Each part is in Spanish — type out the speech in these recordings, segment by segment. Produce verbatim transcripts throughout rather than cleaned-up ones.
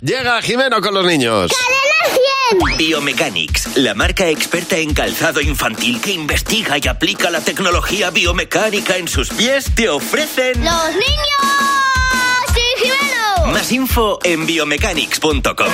Llega Jimeno con los niños. ¡Cadena cien! Biomechanics, la marca experta en calzado infantil que investiga y aplica la tecnología biomecánica en sus pies, te ofrecen... ¡Los niños! ¡Sí, Jimeno! Más info en biomechanics punto com.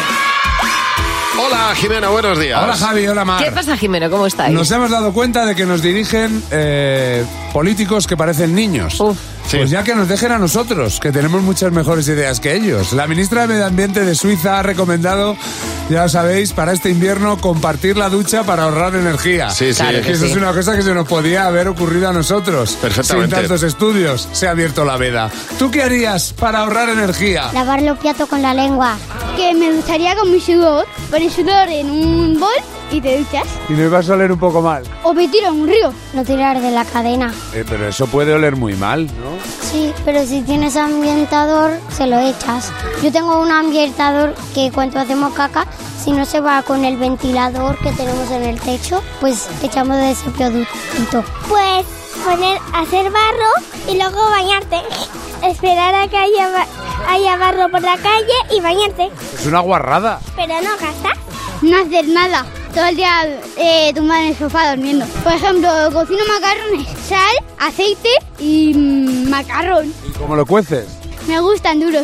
Hola, Jimeno, buenos días. Hola, Javi, hola, Mar. ¿Qué pasa, Jimeno? ¿Cómo estáis? Nos hemos dado cuenta de que nos dirigen eh, políticos que parecen niños. Uf. Sí. Pues ya que nos dejen a nosotros, que tenemos muchas mejores ideas que ellos. La ministra de Medio Ambiente de Suiza ha recomendado, ya lo sabéis, para este invierno compartir la ducha para ahorrar energía. Sí, sí. Claro Que que eso sí. es una cosa que se nos podía haber ocurrido a nosotros. Perfectamente. Sin tantos estudios, se ha abierto la veda. ¿Tú qué harías para ahorrar energía? Lavar los platos con la lengua. Que me gustaría con mi sudor, poner sudor en un bol y te duchas. Y me vas a oler un poco mal. O me tiro en un río. No tirar de la cadena. Eh, pero eso puede oler muy mal, ¿no? Sí, pero si tienes ambientador, se lo echas. Yo tengo un ambientador que cuando hacemos caca, si no se va con el ventilador que tenemos en el techo, pues echamos de ese producto. Pues poner, hacer barro y luego bañarte. Esperar a que haya, ba- haya barro por la calle y bañarte. Es una guarrada. Pero no gastar. No hacer nada. Todo el día eh, tumbado en el sofá durmiendo. Por ejemplo, cocino macarrones, sal, aceite y mmm, macarrón. ¿Y cómo lo cueces? Me gustan duros.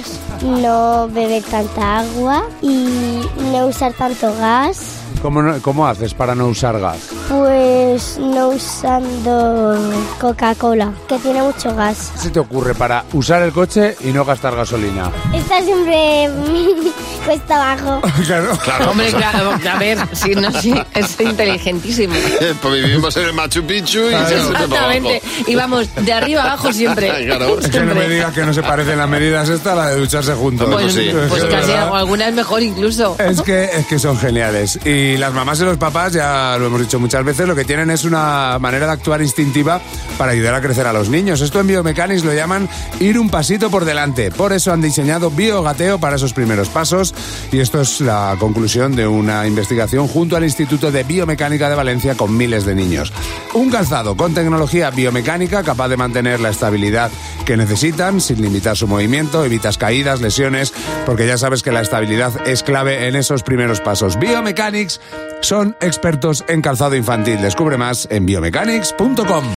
No beber tanta agua y no usar tanto gas. ¿Cómo, no- ¿Cómo haces para no usar gas? Pues no usando Coca-Cola, que tiene mucho gas. ¿Qué se te ocurre para usar el coche y no gastar gasolina? Está siempre cuesta abajo. Claro. Claro. Hombre, claro, a ver, sí, no, sí, es inteligentísimo. Pues vivimos en el Machu Picchu y Claro. se sube para Exactamente. abajo. Y vamos, de arriba abajo siempre. Claro. Es que no me digas que no se parecen las medidas esta a la de ducharse juntos. Pues, sí. pues Es casi verdad. o alguna es mejor incluso. Es que, es que son geniales. Y las mamás y los papás, ya lo hemos dicho muchas veces, lo que tienen es una manera de actuar instintiva para ayudar a crecer a los niños. Esto en Biomechanics lo llaman ir un pasito por delante. Por eso han diseñado Biogateo para esos primeros pasos. Y esto es la conclusión de una investigación junto al Instituto de Biomecánica de Valencia con miles de niños. Un calzado con tecnología biomecánica capaz de mantener la estabilidad que necesitan sin limitar su movimiento, evitas caídas, lesiones, porque ya sabes que la estabilidad es clave en esos primeros pasos. Biomechanics son expertos en calzado infantil. Descubre más en biomechanics punto com.